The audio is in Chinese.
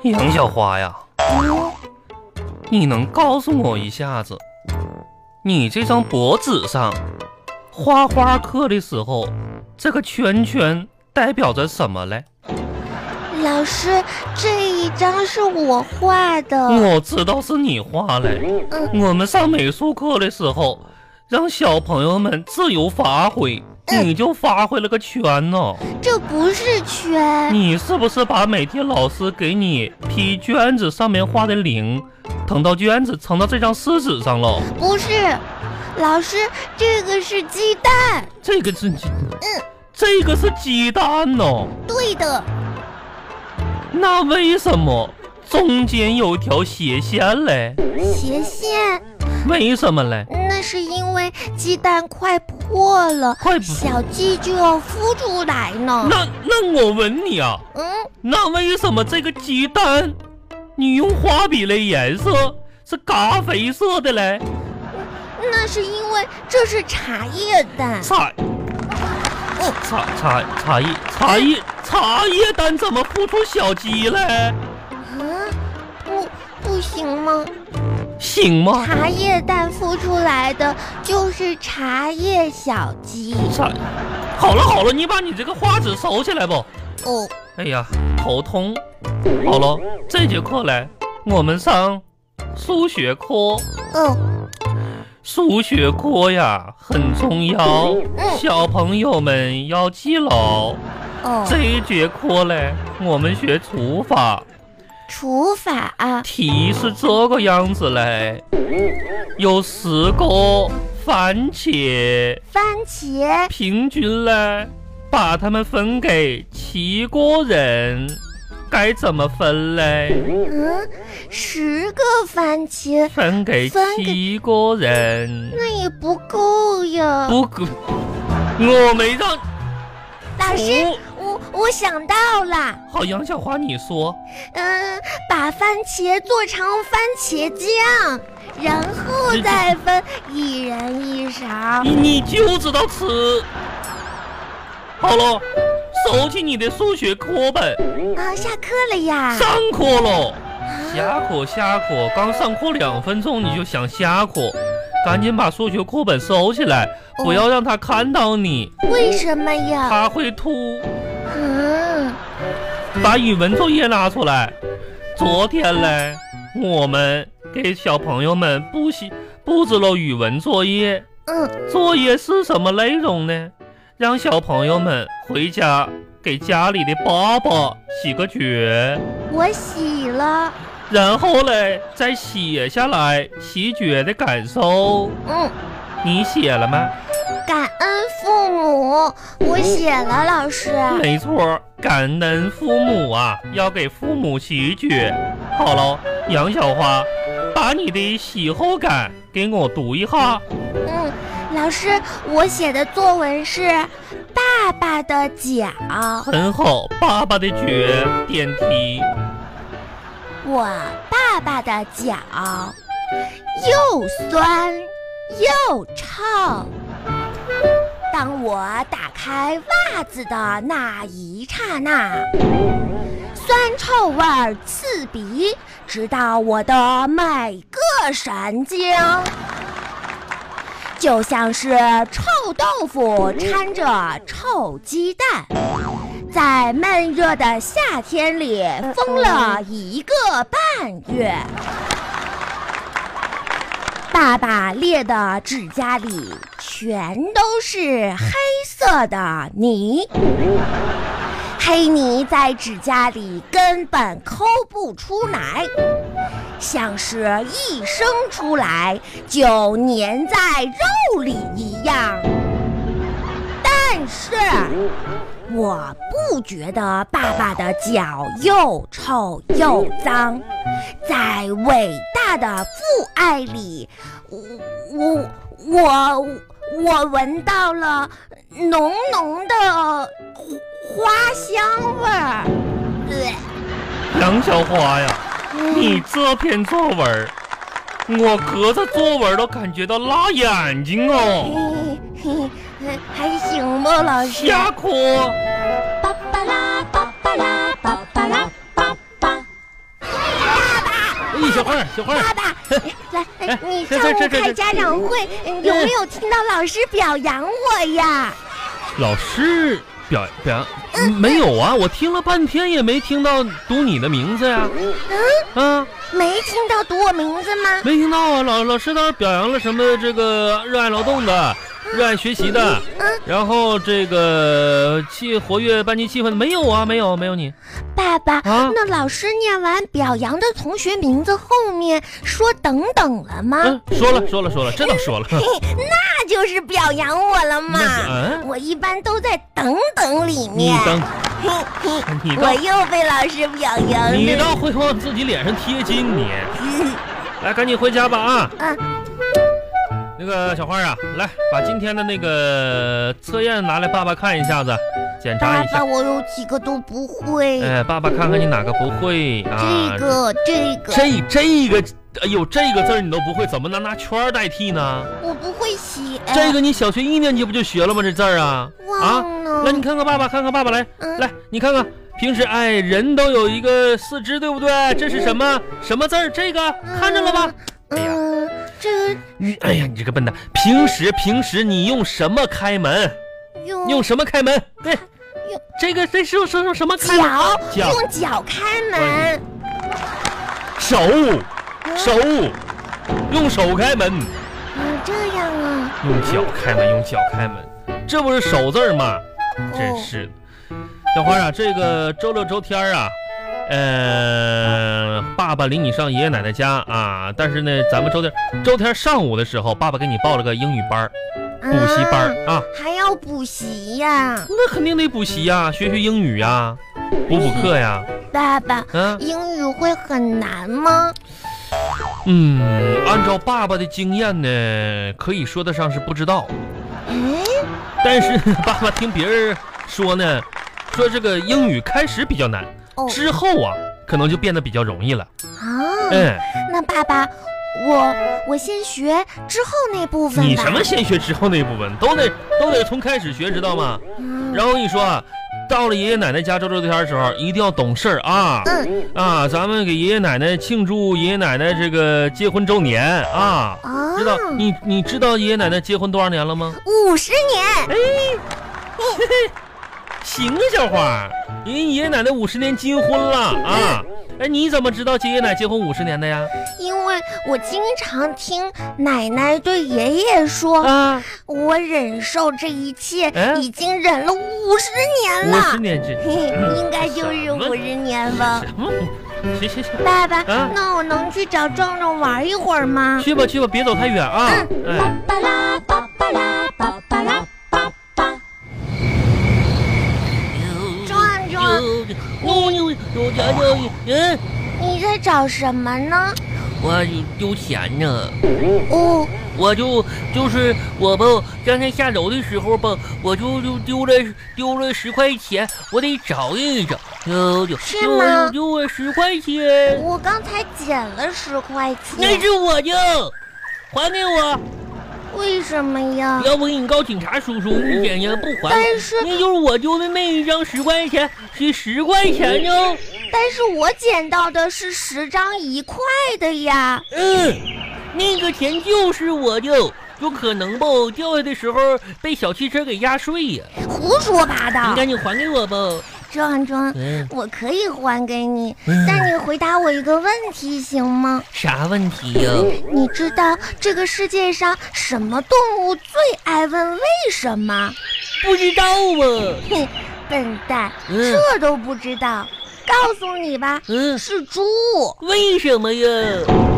杨小花呀，你能告诉我一下子，你这张薄纸上画画课的时候，这个圈圈代表着什么嘞？ 老师，这一张是我画的。 我知道是你画嘞。我们上美术课的时候，让小朋友们自由发挥，你就发挥了个圈呢。 这不是圈。 你是不是把每天老师给你批卷子上面画的零，誊到卷子盛到这张湿纸上了？ 不是，老师，这个是鸡蛋。 这个是这个是鸡蛋哦。 对的。 那为什么中间有一条斜线嘞？ 斜线？ 为什么嘞？ 那是因为鸡蛋快破了，小鸡就要孵出来呢。 那我问你啊，那为什么这个鸡蛋你用画笔的颜色是咖啡色的嘞？ 那是因为这是茶叶蛋。 茶叶蛋怎么孵出小鸡嘞？ 不行吗？ 行吗？ 茶叶蛋孵出来的就是茶叶小鸡。 好了，你把你这个画纸收起来吧。哎呀，头痛。好了，这节课嘞，我们上数学课。数学课呀很重要，小朋友们要记牢。这一节课嘞，我们学除法。 除法啊？ 题是这个样子嘞，有10个番茄，平均嘞把它们分给7个人，该怎么分嘞 ？10个番茄分给7个人， 那也不够呀。 不够，我没让老师，我想到了。 好，杨小花，你说。 把番茄做成番茄酱，然后再分1人1勺。 你就知道吃。好了，收起你的数学课本。 下课了呀。 上课了。下课，刚上课2分钟你就想下课，赶紧把数学课本收起来，不要让他看到你。 为什么呀？ 他会吐。把语文作业拿出来。昨天嘞，我们给小朋友们布置了语文作业。作业是什么内容呢？让小朋友们回家给家里的爸爸洗个脚。 我洗了。 然后嘞，再写下来洗脚的感受。你写了吗？ 感恩父母，我写了，老师。 没错，感恩父母啊，要给父母洗脚。好了，杨小花，把你的喜后感给我读一下。 老师，我写的作文是爸爸的脚。 很好，爸爸的脚，点题。 我爸爸的脚又酸又臭，当我打开袜子的那一刹那，酸臭味刺鼻，直到我的每个神经，就像是臭豆腐掺着臭鸡蛋，在闷热的夏天里疯了1个半月。爸爸裂的指甲里全都是黑色的泥，黑泥在指甲里根本抠不出来，像是一生出来就粘在肉里一样。但是我不觉得爸爸的脚又臭又脏，在伟大的父爱里，我闻到了浓浓的花香味儿。 杨小花呀，你这篇作文，我隔着作文都感觉到辣眼睛哦。 还行吧，老师。 下课。 巴巴拉巴巴拉巴巴拉巴巴。 小花， 爸爸，来，你上午这开家长会，有没有听到老师表扬我呀？ 老师表扬没有啊？我听了半天也没听到读你的名字呀。 没听到读我名字吗？ 没听到啊。老师倒是表扬了什么这个热爱劳动的。热爱学习的，然后这个活跃班级气氛没有啊？没有你。 爸爸，那老师念完表扬的同学名字后面说等等了吗？ 说了，这倒说了。 那就是表扬我了嘛。我一般都在等等里面。我又被老师表扬了。 你倒会往自己脸上贴金你。来，赶紧回家吧啊。那个小花啊，来把今天的那个测验拿来，爸爸看一下子，检查一下。 爸爸，我有几个都不会。 爸爸看看你哪个不会啊？ 这个， 哎呦，这个字你都不会，怎么能拿圈代替呢？ 我不会写。 这个你小学1年级不就学了吗？这字啊？ 忘了。 来，你看看爸爸，来，来，你看看，平时人都有一个4肢，对不对？这是什么字儿？这个看着了吧？哎呀，你这个笨蛋！平时你用什么开门？用什么开门？对，这是用什么开门？ 用脚开门。 手，用手开门。 这样啊？ 用脚开门，这不是手字吗？真是的。小花啊，这个周六周天啊。爸爸领你上爷爷奶奶家啊，但是呢，咱们周天上午的时候，爸爸给你报了个英语班，补习班啊， 还要补习呀？ 那肯定得补习呀，学英语呀，补课呀。 爸爸，英语会很难吗？ 按照爸爸的经验呢，可以说得上是不知道。但是爸爸听别人说呢，说这个英语开始比较难。之后啊，可能就变得比较容易了那爸爸，我先学之后那部分吧。 你什么先学之后那部分？都得从开始学，知道吗？然后你说啊，到了爷爷奶奶家周天的时候，一定要懂事啊。咱们给爷爷奶奶庆祝爷爷奶奶这个结婚周年啊。知道你知道爷爷奶奶结婚多少年了吗 ？50年。 行啊，小花，人爷爷奶奶50年金婚了啊！你怎么知道爷爷奶结婚50年的呀？ 因为我经常听奶奶对爷爷说我忍受这一切已经忍了50年了。 50年这应该就是50年吧？ 行， 爸爸，那我能去找壮壮玩一会儿吗？ 去吧，别走太远啊！ 巴巴拉巴巴拉巴巴拉。你在找什么呢？ 我丢钱呢。 我就是我吧，刚才下楼的时候吧，我就丢了10块钱，我得找一找。 是吗？ 丢了10块钱。 我刚才捡了10块钱。 那是我的，还给我。 为什么呀？ 要不给你告警察叔叔，你捡呀不还？ 但是那就是我丢的那一张10块钱，是10块钱呢。 但是我捡到的是10张1块的呀。 那个钱就是我的，有可能吧？掉下的时候被小汽车给压碎呀。 胡说八道！ 你赶紧还给我吧。 壮壮，我可以还给你，但你回答我一个问题行吗？ 啥问题呀？ 你知道这个世界上什么动物最爱问为什么？ 不知道啊。 哼，笨蛋，这都不知道。告诉你吧，是猪。 为什么呀？